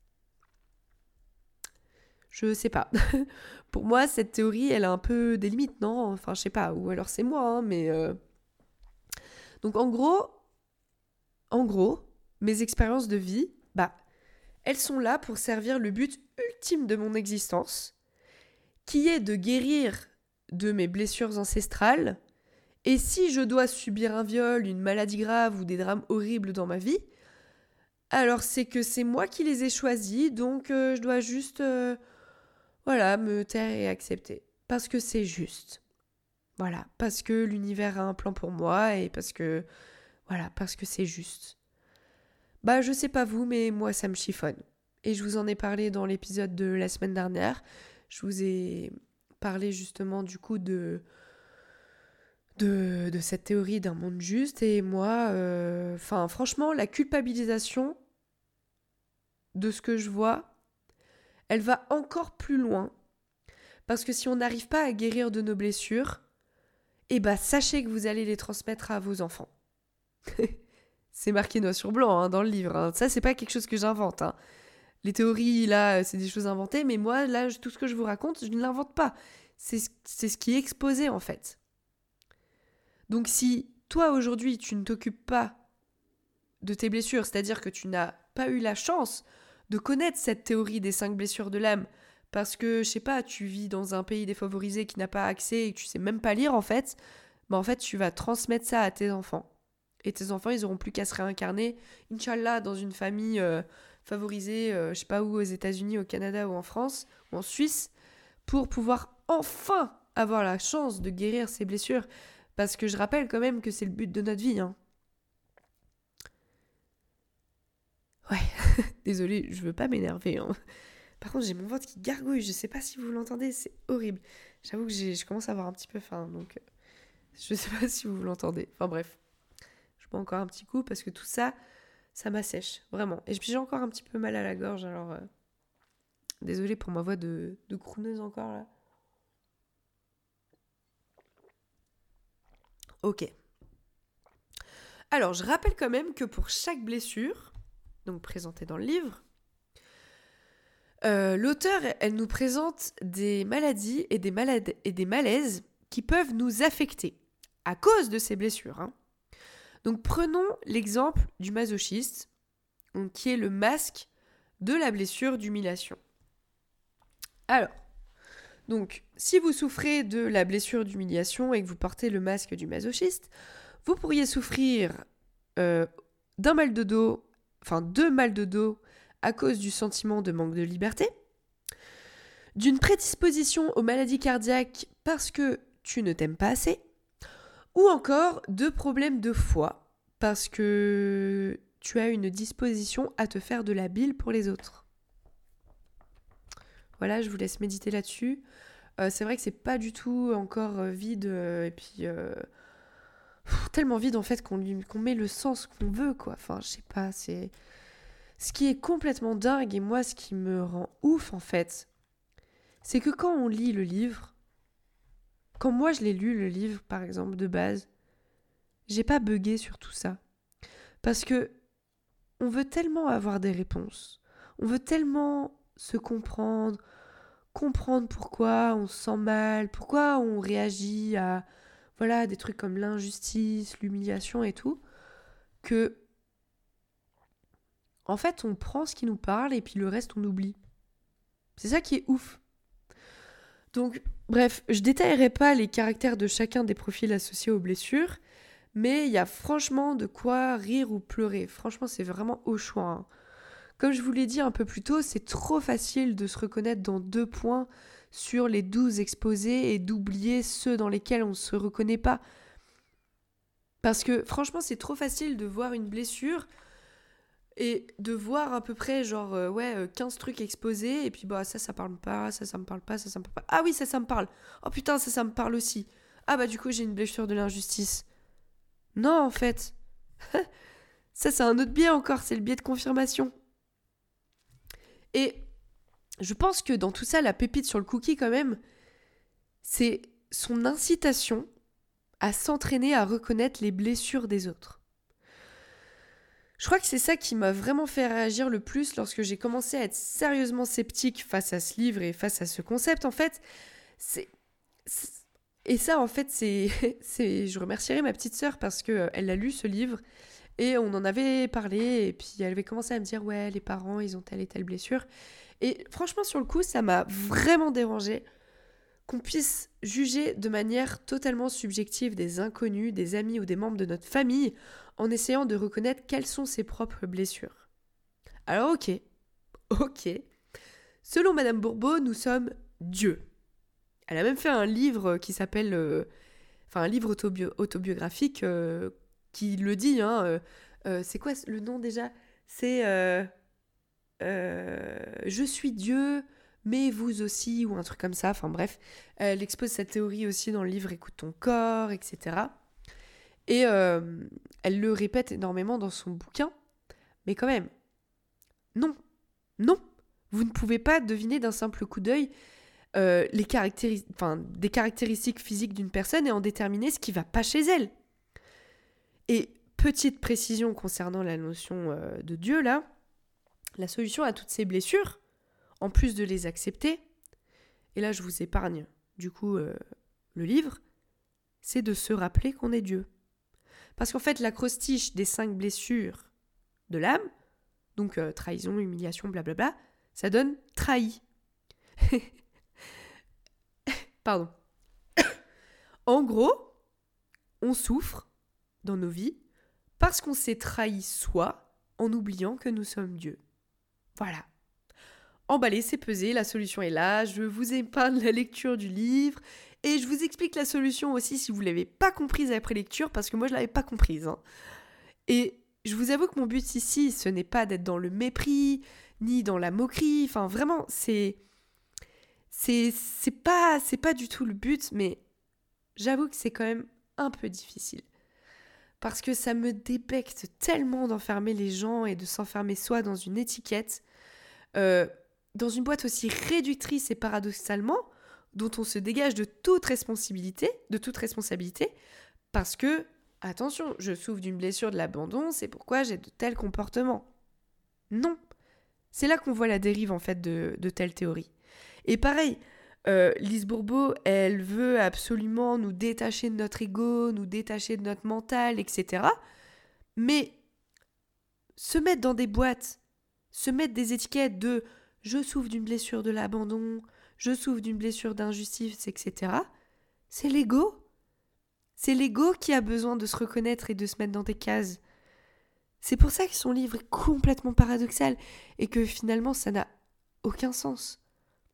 Je sais pas. Pour moi, cette théorie, elle a un peu des limites, non ? Enfin, je sais pas, ou alors c'est moi, hein, mais... Euh... Donc, en gros, en gros, mes expériences de vie, bah, elles sont là pour servir le but ultime de mon existence, qui est de guérir de mes blessures ancestrales. Et si je dois subir un viol, une maladie grave ou des drames horribles dans ma vie, alors c'est que c'est moi qui les ai choisis, donc euh, je dois juste... Euh, Voilà, me taire et accepter. Parce que c'est juste. Voilà, parce que l'univers a un plan pour moi et parce que... Voilà, parce que c'est juste. Bah, je sais pas vous, mais moi, ça me chiffonne. Et je vous en ai parlé dans l'épisode de la semaine dernière. Je vous ai parlé justement du coup de... De, de cette théorie d'un monde juste. Et moi, enfin, euh, franchement, la culpabilisation de ce que je vois, elle va encore plus loin. Parce que si on n'arrive pas à guérir de nos blessures, eh ben, sachez que vous allez les transmettre à vos enfants. C'est marqué noir sur blanc hein, dans le livre. Hein. Ça, c'est pas quelque chose que j'invente. Hein. Les théories, là, c'est des choses inventées, mais moi, là, tout ce que je vous raconte, je ne l'invente pas. C'est, c'est ce qui est exposé, en fait. Donc, si toi, aujourd'hui, tu ne t'occupes pas de tes blessures, c'est-à-dire que tu n'as pas eu la chance de connaître cette théorie des cinq blessures de l'âme, parce que, je sais pas, tu vis dans un pays défavorisé qui n'a pas accès et que tu sais même pas lire, en fait, bah en fait, tu vas transmettre ça à tes enfants. Et tes enfants, ils auront plus qu'à se réincarner, Inch'Allah, dans une famille euh, favorisée, euh, je sais pas où, aux États-Unis, au Canada ou en France, ou en Suisse, pour pouvoir enfin avoir la chance de guérir ces blessures. Parce que je rappelle quand même que c'est le but de notre vie. Hein. Ouais, désolée, je veux pas m'énerver. Hein. Par contre, j'ai mon ventre qui gargouille, je sais pas si vous l'entendez, c'est horrible. J'avoue que j'ai, je commence à avoir un petit peu faim, donc euh, je sais pas si vous l'entendez. Enfin bref, je bois encore un petit coup parce que tout ça, ça m'assèche, vraiment. Et j'ai encore un petit peu mal à la gorge, alors euh, désolée pour ma voix de, de crooneuse encore là. Ok. Alors, je rappelle quand même que pour chaque blessure, donc présentée dans le livre, Euh, l'auteur, elle nous présente des maladies et des, malades, et des malaises qui peuvent nous affecter à cause de ces blessures. Hein. Donc prenons l'exemple du masochiste, donc, qui est le masque de la blessure d'humiliation. Alors, donc, si vous souffrez de la blessure d'humiliation et que vous portez le masque du masochiste, vous pourriez souffrir euh, d'un mal de dos, enfin deux mal de dos, à cause du sentiment de manque de liberté, d'une prédisposition aux maladies cardiaques parce que tu ne t'aimes pas assez, ou encore de problèmes de foie parce que tu as une disposition à te faire de la bile pour les autres. Voilà, je vous laisse méditer là-dessus. Euh, c'est vrai que c'est pas du tout encore euh, vide, euh, et puis euh, pff, tellement vide en fait qu'on lui qu'on met le sens qu'on veut, quoi. Enfin, je sais pas, c'est ce qui est complètement dingue, et moi ce qui me rend ouf en fait, c'est que quand on lit le livre, quand moi je l'ai lu le livre par exemple de base, j'ai pas buggé sur tout ça. Parce que on veut tellement avoir des réponses, on veut tellement se comprendre, comprendre pourquoi on se sent mal, pourquoi on réagit à voilà, des trucs comme l'injustice, l'humiliation et tout, que en fait on prend ce qui nous parle et puis le reste on oublie. C'est ça qui est ouf. Donc bref, je détaillerai pas les caractères de chacun des profils associés aux blessures, mais il y a franchement de quoi rire ou pleurer. Franchement, c'est vraiment au choix, hein. Comme je vous l'ai dit un peu plus tôt, c'est trop facile de se reconnaître dans deux points sur les douze exposés et d'oublier ceux dans lesquels on ne se reconnaît pas. Parce que franchement, c'est trop facile de voir une blessure et de voir à peu près genre euh, ouais, euh, quinze trucs exposés et puis bah ça, ça parle pas, ça, ça me parle pas, ça, ça me parle pas. Ah oui, ça, ça me parle. Oh putain, ça, ça me parle aussi. Ah bah du coup, j'ai une blessure de l'injustice. Non, en fait. Ça, c'est un autre biais encore, c'est le biais de confirmation. Et je pense que dans tout ça, la pépite sur le cookie, quand même, c'est son incitation à s'entraîner à reconnaître les blessures des autres. Je crois que c'est ça qui m'a vraiment fait réagir le plus lorsque j'ai commencé à être sérieusement sceptique face à ce livre et face à ce concept. En fait, c'est... c'est- et ça, en fait, c'est... c'est... je remercierai ma petite sœur parce qu'elle a lu ce livre et on en avait parlé et puis elle avait commencé à me dire « Ouais, les parents, ils ont telle et telle blessure ». Et franchement, sur le coup, ça m'a vraiment dérangée qu'on puisse juger de manière totalement subjective des inconnus, des amis ou des membres de notre famille en essayant de reconnaître quelles sont ses propres blessures. Alors ok, ok, selon Madame Bourbeau, nous sommes Dieu. Elle a même fait un livre qui s'appelle... euh, enfin, un livre autobio- autobiographique euh, qui le dit, hein. Euh, euh, c'est quoi le nom déjà ? C'est... euh, euh, je suis Dieu, mais vous aussi, ou un truc comme ça. Enfin bref, elle expose cette théorie aussi dans le livre Écoute ton corps, et cetera. Et euh, elle le répète énormément dans son bouquin, mais quand même, non, non, vous ne pouvez pas deviner d'un simple coup d'œil euh, les caractéris- enfin, des caractéristiques physiques d'une personne et en déterminer ce qui va pas chez elle. Et petite précision concernant la notion euh, de Dieu là, la solution à toutes ces blessures, en plus de les accepter, et là je vous épargne du coup euh, le livre, c'est de se rappeler qu'on est Dieu. Parce qu'en fait l'acrostiche des cinq blessures de l'âme, donc euh, trahison, humiliation, blablabla, ça donne trahi. Pardon. En gros, on souffre dans nos vies parce qu'on s'est trahi soi en oubliant que nous sommes Dieu. Voilà. Emballé, c'est pesé, la solution est là, je vous épargne la lecture du livre et je vous explique la solution aussi si vous ne l'avez pas comprise après lecture parce que moi je ne l'avais pas comprise, hein. Et je vous avoue que mon but ici, ce n'est pas d'être dans le mépris ni dans la moquerie, enfin vraiment, c'est c'est c'est pas c'est pas du tout le but, mais j'avoue que c'est quand même un peu difficile. Parce que ça me débecte tellement d'enfermer les gens et de s'enfermer soi dans une étiquette, euh, dans une boîte aussi réductrice et paradoxalement, dont on se dégage de toute responsabilité, de toute responsabilité, parce que, attention, je souffre d'une blessure de l'abandon, c'est pourquoi j'ai de tels comportements. Non. C'est là qu'on voit la dérive en fait de, de telles théories. Et pareil, euh, Lise Bourbeau, elle veut absolument nous détacher de notre ego, nous détacher de notre mental, et cetera. Mais se mettre dans des boîtes, se mettre des étiquettes de « je souffre d'une blessure de l'abandon »,« je souffre d'une blessure d'injustice », et cetera. C'est l'ego. C'est l'ego qui a besoin de se reconnaître et de se mettre dans des cases. C'est pour ça que son livre est complètement paradoxal et que finalement ça n'a aucun sens.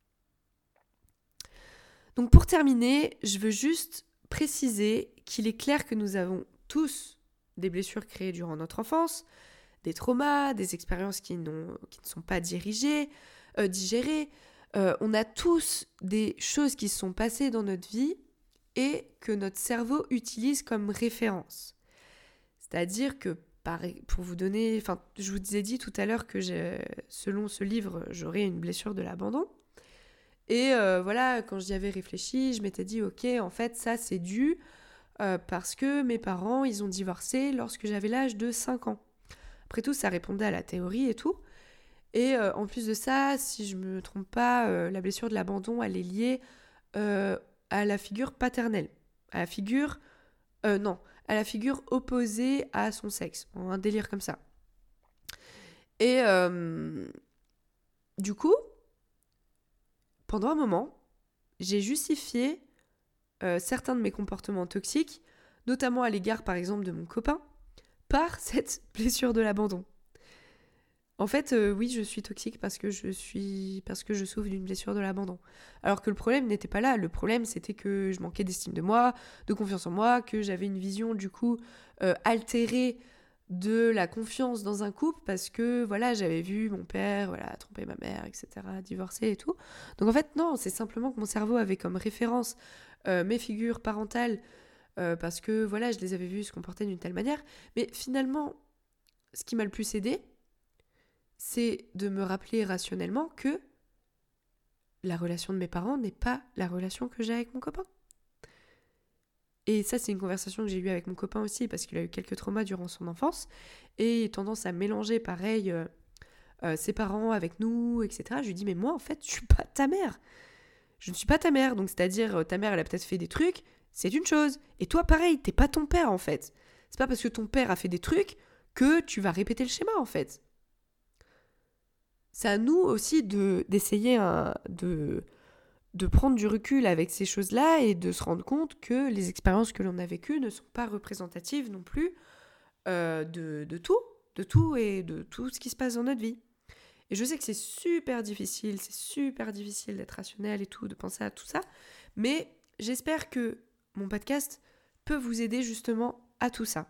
Donc pour terminer, je veux juste préciser qu'il est clair que nous avons tous des blessures créées durant notre enfance, des traumas, des expériences qui, n'ont, qui ne sont pas dirigées, euh, digérées, euh, on a tous des choses qui se sont passées dans notre vie et que notre cerveau utilise comme référence. C'est-à-dire que, pour vous donner... Enfin, je vous ai dit tout à l'heure que j'ai, selon ce livre, j'aurais une blessure de l'abandon. Et euh, voilà, quand j'y avais réfléchi, je m'étais dit, ok, en fait, ça, c'est dû euh, parce que mes parents, ils ont divorcé lorsque j'avais l'âge de cinq ans. Après tout, ça répondait à la théorie et tout. Et euh, en plus de ça, si je me trompe pas, euh, la blessure de l'abandon, elle est liée euh, à la figure paternelle. À la figure... Euh, non, à la figure opposée à son sexe. Un délire comme ça. Et euh, du coup, pendant un moment, j'ai justifié euh, certains de mes comportements toxiques, notamment à l'égard, par exemple, de mon copain, par cette blessure de l'abandon. En fait, euh, oui, je suis toxique parce que je suis, parce que je souffre d'une blessure de l'abandon. Alors que le problème n'était pas là. Le problème, c'était que je manquais d'estime de moi, de confiance en moi, que j'avais une vision, du coup, euh, altérée de la confiance dans un couple parce que, voilà, j'avais vu mon père, voilà, tromper ma mère, et cetera, divorcer et tout. Donc en fait, non, c'est simplement que mon cerveau avait comme référence euh, mes figures parentales euh, parce que, voilà, je les avais vues se comporter d'une telle manière. Mais finalement, ce qui m'a le plus aidée, c'est de me rappeler rationnellement que la relation de mes parents n'est pas la relation que j'ai avec mon copain. Et ça, c'est une conversation que j'ai eue avec mon copain aussi, parce qu'il a eu quelques traumas durant son enfance, et tendance à mélanger, pareil, euh, euh, ses parents avec nous, et cetera. Je lui dis, mais moi, en fait, je suis pas ta mère. Je ne suis pas ta mère, donc c'est-à-dire, ta mère, elle a peut-être fait des trucs, c'est une chose. Et toi, pareil, t'es pas ton père, en fait. C'est pas parce que ton père a fait des trucs que tu vas répéter le schéma, en fait. C'est à nous aussi de, d'essayer hein, de, de prendre du recul avec ces choses-là et de se rendre compte que les expériences que l'on a vécues ne sont pas représentatives non plus euh, de, de tout, de tout et de tout ce qui se passe dans notre vie. Et je sais que c'est super difficile, c'est super difficile d'être rationnel et tout, de penser à tout ça, mais j'espère que mon podcast peut vous aider justement à tout ça.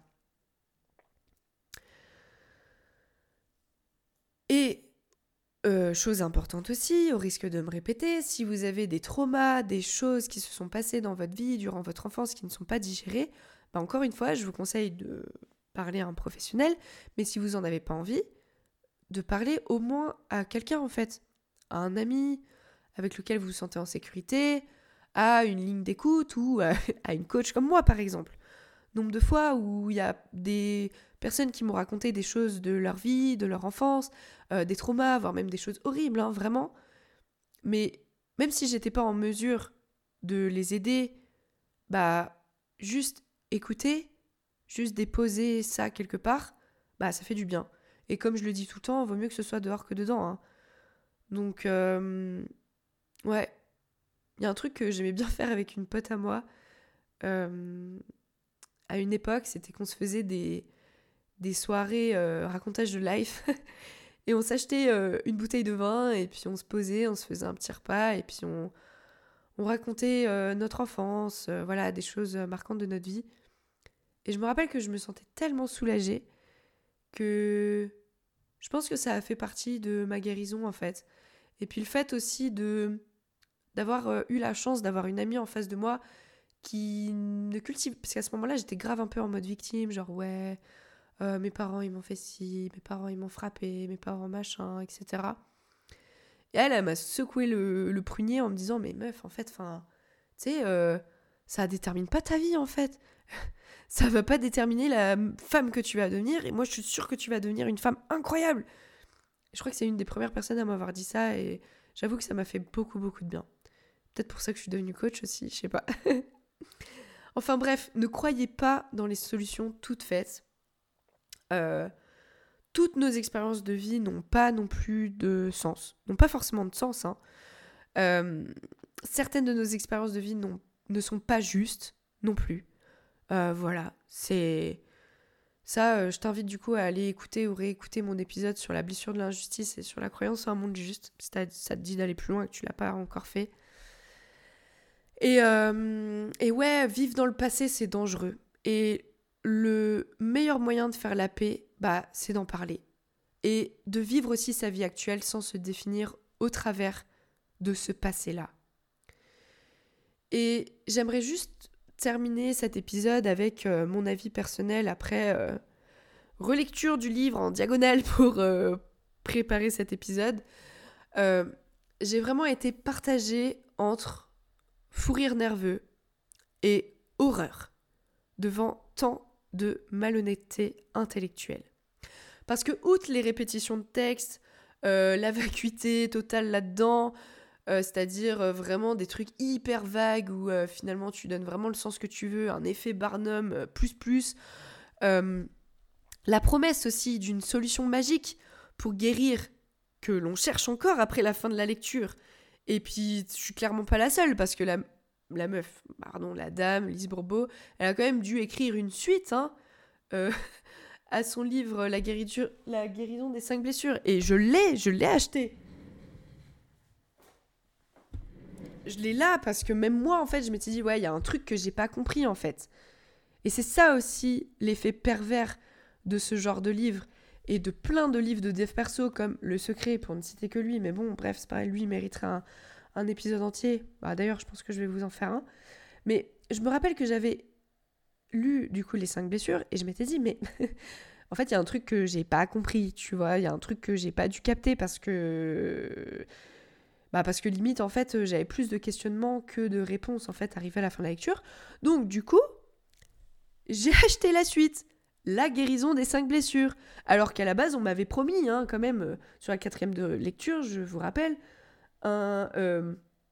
Et Euh, chose importante aussi, au risque de me répéter, si vous avez des traumas, des choses qui se sont passées dans votre vie durant votre enfance qui ne sont pas digérées, bah encore une fois, je vous conseille de parler à un professionnel, mais si vous n'en avez pas envie, de parler au moins à quelqu'un en fait, à un ami avec lequel vous vous sentez en sécurité, à une ligne d'écoute ou à, à une coach comme moi par exemple. Nombre de fois où il y a des personnes qui m'ont raconté des choses de leur vie, de leur enfance, euh, des traumas, voire même des choses horribles, hein, vraiment. Mais même si j'étais pas en mesure de les aider, bah juste écouter, juste déposer ça quelque part, bah ça fait du bien. Et comme je le dis tout le temps, vaut mieux que ce soit dehors que dedans. Hein. Donc, euh, ouais, il y a un truc que j'aimais bien faire avec une pote à moi. Euh, à une époque, c'était qu'on se faisait des, des soirées euh, racontage de life et on s'achetait euh, une bouteille de vin et puis on se posait, on se faisait un petit repas et puis on, on racontait euh, notre enfance, euh, voilà, des choses marquantes de notre vie. Et je me rappelle que je me sentais tellement soulagée que je pense que ça a fait partie de ma guérison en fait. Et puis le fait aussi de d'avoir euh, eu la chance d'avoir une amie en face de moi qui ne cultive... Parce qu'à ce moment-là, j'étais grave un peu en mode victime, genre ouais, euh, mes parents ils m'ont fait ci, mes parents ils m'ont frappé, mes parents machin, et cetera. Et elle, elle m'a secoué le, le prunier en me disant, mais meuf, en fait, enfin, tu sais, euh, ça détermine pas ta vie en fait. Ça va pas déterminer la femme que tu vas devenir, et moi je suis sûre que tu vas devenir une femme incroyable. Je crois que c'est une des premières personnes à m'avoir dit ça, et j'avoue que ça m'a fait beaucoup beaucoup de bien. Peut-être pour ça que je suis devenue coach aussi, je sais pas. Enfin bref, ne croyez pas dans les solutions toutes faites. Euh, toutes nos expériences de vie n'ont pas non plus de sens. N'ont pas forcément de sens. Hein. Euh, certaines de nos expériences de vie n'ont, ne sont pas justes non plus. Euh, voilà, c'est... Ça, euh, je t'invite du coup à aller écouter ou réécouter mon épisode sur la blessure de l'injustice et sur la croyance en un monde juste, si ça te dit d'aller plus loin et que tu l'as pas encore fait. Et, euh, et ouais, vivre dans le passé, c'est dangereux. Et le meilleur moyen de faire la paix, bah, c'est d'en parler. Et de vivre aussi sa vie actuelle sans se définir au travers de ce passé-là. Et j'aimerais juste terminer cet épisode avec euh, mon avis personnel après euh, relecture du livre en diagonale pour euh, préparer cet épisode. Euh, j'ai vraiment été partagée entre fou rire nerveux et horreur devant tant de malhonnêteté intellectuelle. Parce que, outre les répétitions de texte, euh, la vacuité totale là-dedans, euh, c'est-à-dire euh, vraiment des trucs hyper vagues où euh, finalement tu donnes vraiment le sens que tu veux, un effet Barnum euh, plus plus, euh, la promesse aussi d'une solution magique pour guérir que l'on cherche encore après la fin de la lecture. Et puis, je suis clairement pas la seule, parce que la, la meuf, pardon, la dame, Lise Bourbeau, elle a quand même dû écrire une suite, hein, euh, à son livre la, guérissure, la guérison des cinq blessures. Et je l'ai, je l'ai acheté. Je l'ai là, parce que même moi, en fait, je m'étais dit, ouais, il y a un truc que j'ai pas compris, en fait. Et c'est ça aussi, l'effet pervers de ce genre de livre, et de plein de livres de dev perso, comme Le Secret, pour ne citer que lui, mais bon, bref, c'est pareil, lui, il mériterait un, un épisode entier. Bah, d'ailleurs, je pense que je vais vous en faire un. Mais je me rappelle que j'avais lu, du coup, Les cinq blessures, et je m'étais dit, mais en fait, il y a un truc que j'ai pas compris, tu vois, il y a un truc que j'ai pas dû capter, parce que... Bah parce que limite, en fait, j'avais plus de questionnements que de réponses, en fait, arrivé à la fin de la lecture. Donc, du coup, j'ai acheté la suite. La guérison des cinq blessures. Alors qu'à la base, on m'avait promis, hein, quand même, euh, sur la quatrième de lecture, je vous rappelle, un... Euh,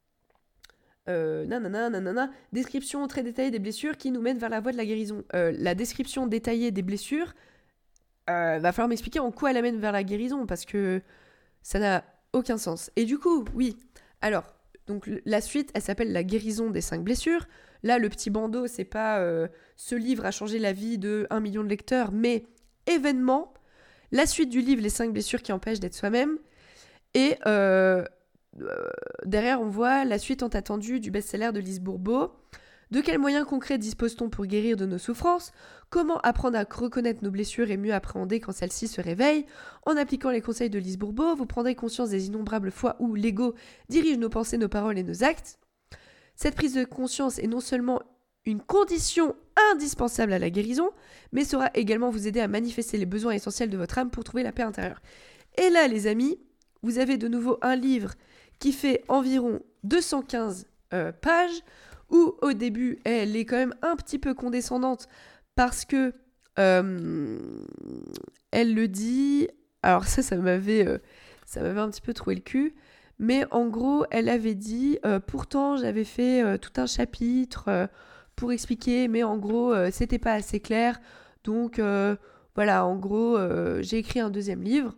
euh, nanana, nanana, description très détaillée des blessures qui nous mènent vers la voie de la guérison. Euh, la description détaillée des blessures, euh, va falloir m'expliquer en quoi elle amène vers la guérison, parce que ça n'a aucun sens. Et du coup, oui, alors, donc la suite, elle s'appelle La guérison des cinq blessures. Là, le petit bandeau, c'est pas euh, ce livre a changé la vie de un million de lecteurs, mais événement, la suite du livre Les cinq blessures qui empêchent d'être soi-même. Et euh, euh, derrière, on voit la suite tant attendue du best-seller de Lise Bourbeau. De quels moyens concrets dispose-t-on pour guérir de nos souffrances ? Comment apprendre à reconnaître nos blessures et mieux appréhender quand celles-ci se réveillent ? En appliquant les conseils de Lise Bourbeau, vous prendrez conscience des innombrables fois où l'ego dirige nos pensées, nos paroles et nos actes. Cette prise de conscience est non seulement une condition indispensable à la guérison, mais saura également vous aider à manifester les besoins essentiels de votre âme pour trouver la paix intérieure. Et là, les amis, vous avez de nouveau un livre qui fait environ deux cent quinze euh, pages, où au début, elle est quand même un petit peu condescendante, parce que euh, elle le dit... Alors ça, ça m'avait, euh, ça m'avait un petit peu troué le cul. Mais en gros, elle avait dit, euh, pourtant j'avais fait euh, tout un chapitre euh, pour expliquer, mais en gros, euh, c'était pas assez clair. Donc euh, voilà, en gros, euh, j'ai écrit un deuxième livre.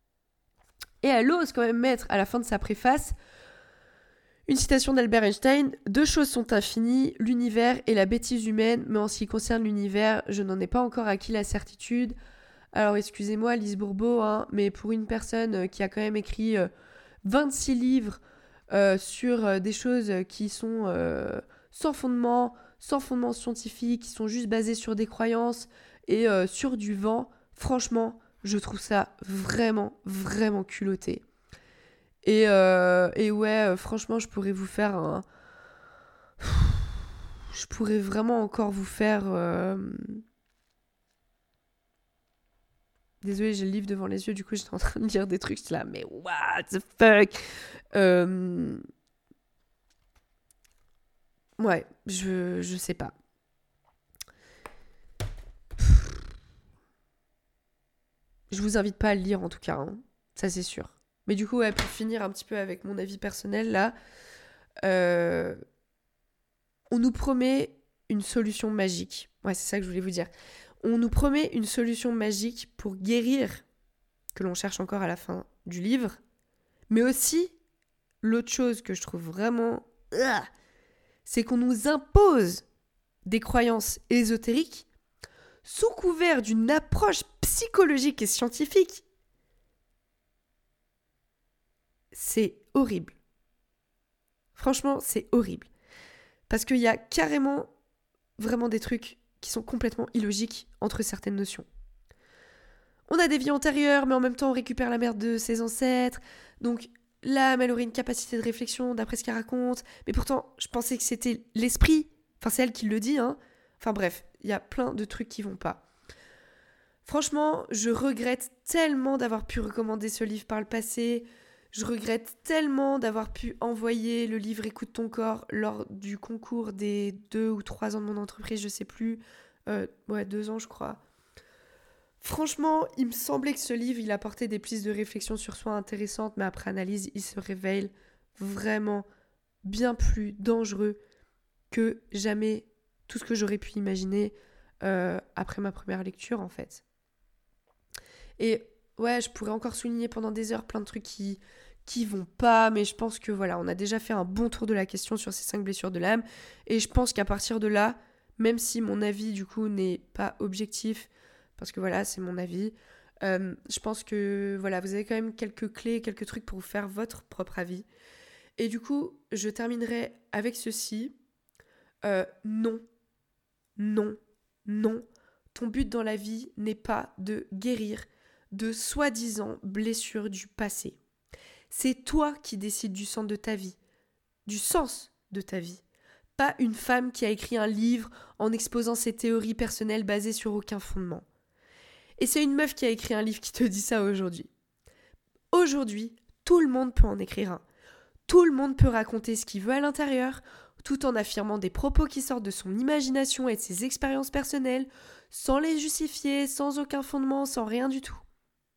Et elle ose quand même mettre à la fin de sa préface une citation d'Albert Einstein. « Deux choses sont infinies, l'univers et la bêtise humaine, mais en ce qui concerne l'univers, je n'en ai pas encore acquis la certitude. » Alors excusez-moi, Lise Bourbeau, hein, mais pour une personne qui a quand même écrit... Euh, vingt-six livres euh, sur euh, des choses qui sont euh, sans fondement, sans fondement scientifique, qui sont juste basées sur des croyances et euh, sur du vent. Franchement, je trouve ça vraiment, vraiment culotté. Et, euh, et ouais, euh, franchement, je pourrais vous faire un... Je pourrais vraiment encore vous faire... Euh... Désolée, j'ai le livre devant les yeux, du coup j'étais en train de lire des trucs, j'étais là, mais what the fuck euh... Ouais, je, je sais pas. Je vous invite pas à le lire en tout cas, hein. Ça c'est sûr. Mais du coup, ouais, pour finir un petit peu avec mon avis personnel, là, euh... on nous promet une solution magique. Ouais, c'est ça que je voulais vous dire. On nous promet une solution magique pour guérir, que l'on cherche encore à la fin du livre, mais aussi, l'autre chose que je trouve vraiment... c'est qu'on nous impose des croyances ésotériques sous couvert d'une approche psychologique et scientifique. C'est horrible. Franchement, c'est horrible. Parce qu'il y a carrément vraiment des trucs qui sont complètement illogiques entre certaines notions. On a des vies antérieures, mais en même temps on récupère la merde de ses ancêtres. Donc l'âme, elle aurait une capacité de réflexion d'après ce qu'elle raconte, mais pourtant, je pensais que c'était l'esprit. Enfin, c'est elle qui le dit, hein. Enfin bref, il y a plein de trucs qui vont pas. Franchement, je regrette tellement d'avoir pu recommander ce livre par le passé. Je regrette tellement d'avoir pu envoyer le livre Écoute ton corps lors du concours des deux ou trois ans de mon entreprise, je sais plus. Euh, ouais, deux ans, je crois. Franchement, il me semblait que ce livre, il apportait des pistes de réflexion sur soi intéressantes, mais après analyse, il se révèle vraiment bien plus dangereux que jamais tout ce que j'aurais pu imaginer euh, après ma première lecture, en fait. Et ouais, je pourrais encore souligner pendant des heures plein de trucs qui qui vont pas, mais je pense que voilà, on a déjà fait un bon tour de la question sur ces cinq blessures de l'âme, et je pense qu'à partir de là, même si mon avis du coup n'est pas objectif, parce que voilà, c'est mon avis, euh, je pense que voilà, vous avez quand même quelques clés, quelques trucs pour vous faire votre propre avis. Et du coup, je terminerai avec ceci. Euh, non, non, non, ton but dans la vie n'est pas de guérir de soi-disant blessures du passé. C'est toi qui décides du sens de ta vie, du sens de ta vie. Pas une femme qui a écrit un livre en exposant ses théories personnelles basées sur aucun fondement. Et c'est une meuf qui a écrit un livre qui te dit ça aujourd'hui. Aujourd'hui, tout le monde peut en écrire un. Tout le monde peut raconter ce qu'il veut à l'intérieur, tout en affirmant des propos qui sortent de son imagination et de ses expériences personnelles, sans les justifier, sans aucun fondement, sans rien du tout. Ok ?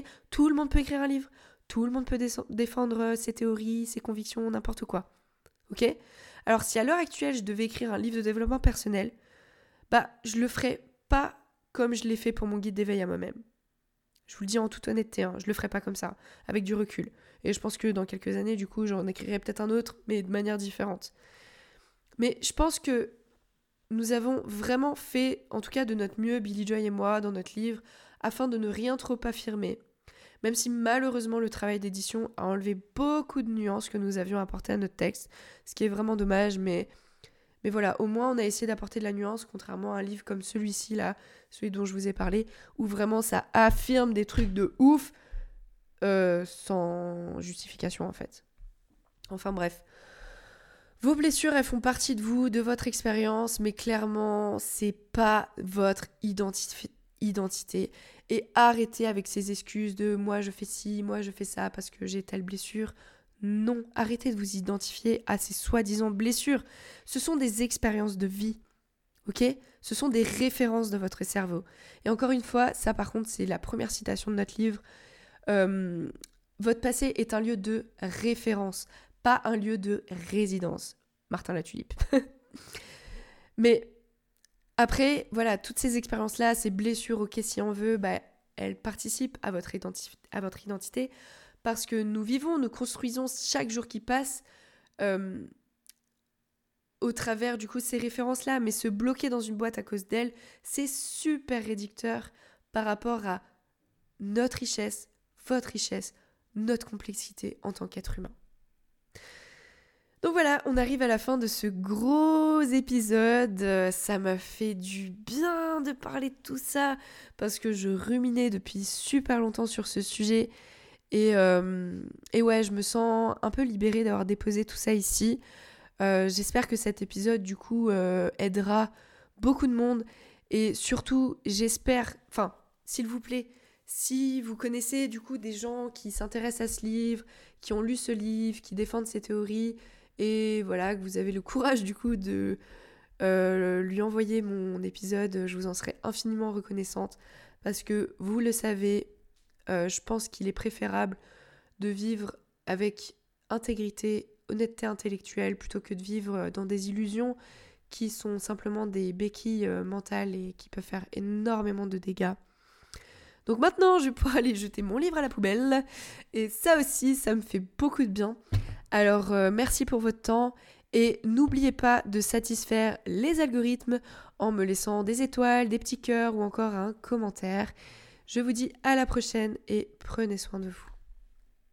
Tout le monde peut écrire un livre, tout le monde peut dé- défendre ses théories, ses convictions, n'importe quoi. Ok ? Alors si à l'heure actuelle je devais écrire un livre de développement personnel, bah je le ferais pas comme je l'ai fait pour mon guide d'éveil à moi-même. Je vous le dis en toute honnêteté, hein, je le ferais pas comme ça, avec du recul. Et je pense que dans quelques années, du coup, j'en écrirai peut-être un autre, mais de manière différente. Mais je pense que nous avons vraiment fait, en tout cas de notre mieux, Billy Joy et moi, dans notre livre, afin de ne rien trop affirmer. Même si malheureusement le travail d'édition a enlevé beaucoup de nuances que nous avions apportées à notre texte, ce qui est vraiment dommage, mais, mais voilà, au moins on a essayé d'apporter de la nuance, contrairement à un livre comme celui-ci, là, celui dont je vous ai parlé, où vraiment ça affirme des trucs de ouf, euh, sans justification en fait. Enfin bref. Vos blessures, elles font partie de vous, de votre expérience, mais clairement, c'est pas votre identi- identité. Et arrêtez avec ces excuses de « moi je fais ci, moi je fais ça parce que j'ai telle blessure ». Non, arrêtez de vous identifier à ces soi-disant blessures. Ce sont des expériences de vie, ok ? Ce sont des références de votre cerveau. Et encore une fois, ça par contre, c'est la première citation de notre livre. Euh, votre passé est un lieu de référence, pas un lieu de résidence. Martin Latulippe. Mais après, voilà, toutes ces expériences-là, ces blessures, ok, si on veut, bah, elles participent à votre, identi- à votre identité parce que nous vivons, nous construisons chaque jour qui passe euh, au travers, du coup, ces références-là. Mais se bloquer dans une boîte à cause d'elles, c'est super réducteur par rapport à notre richesse, votre richesse, notre complexité en tant qu'être humain. Donc voilà, on arrive à la fin de ce gros épisode. Euh, ça m'a fait du bien de parler de tout ça parce que je ruminais depuis super longtemps sur ce sujet. Et, euh, et ouais, je me sens un peu libérée d'avoir déposé tout ça ici. Euh, j'espère que cet épisode, du coup, euh, aidera beaucoup de monde. Et surtout, j'espère... Enfin, s'il vous plaît, si vous connaissez, du coup, des gens qui s'intéressent à ce livre, qui ont lu ce livre, qui défendent ces théories... Et voilà, que vous avez le courage du coup de euh, lui envoyer mon épisode, je vous en serai infiniment reconnaissante. Parce que vous le savez, euh, je pense qu'il est préférable de vivre avec intégrité, honnêteté intellectuelle, plutôt que de vivre dans des illusions qui sont simplement des béquilles euh, mentales et qui peuvent faire énormément de dégâts. Donc maintenant, je vais pouvoir aller jeter mon livre à la poubelle. Et ça aussi, ça me fait beaucoup de bien. Alors, euh, merci pour votre temps et n'oubliez pas de satisfaire les algorithmes en me laissant des étoiles, des petits cœurs ou encore un commentaire. Je vous dis à la prochaine et prenez soin de vous.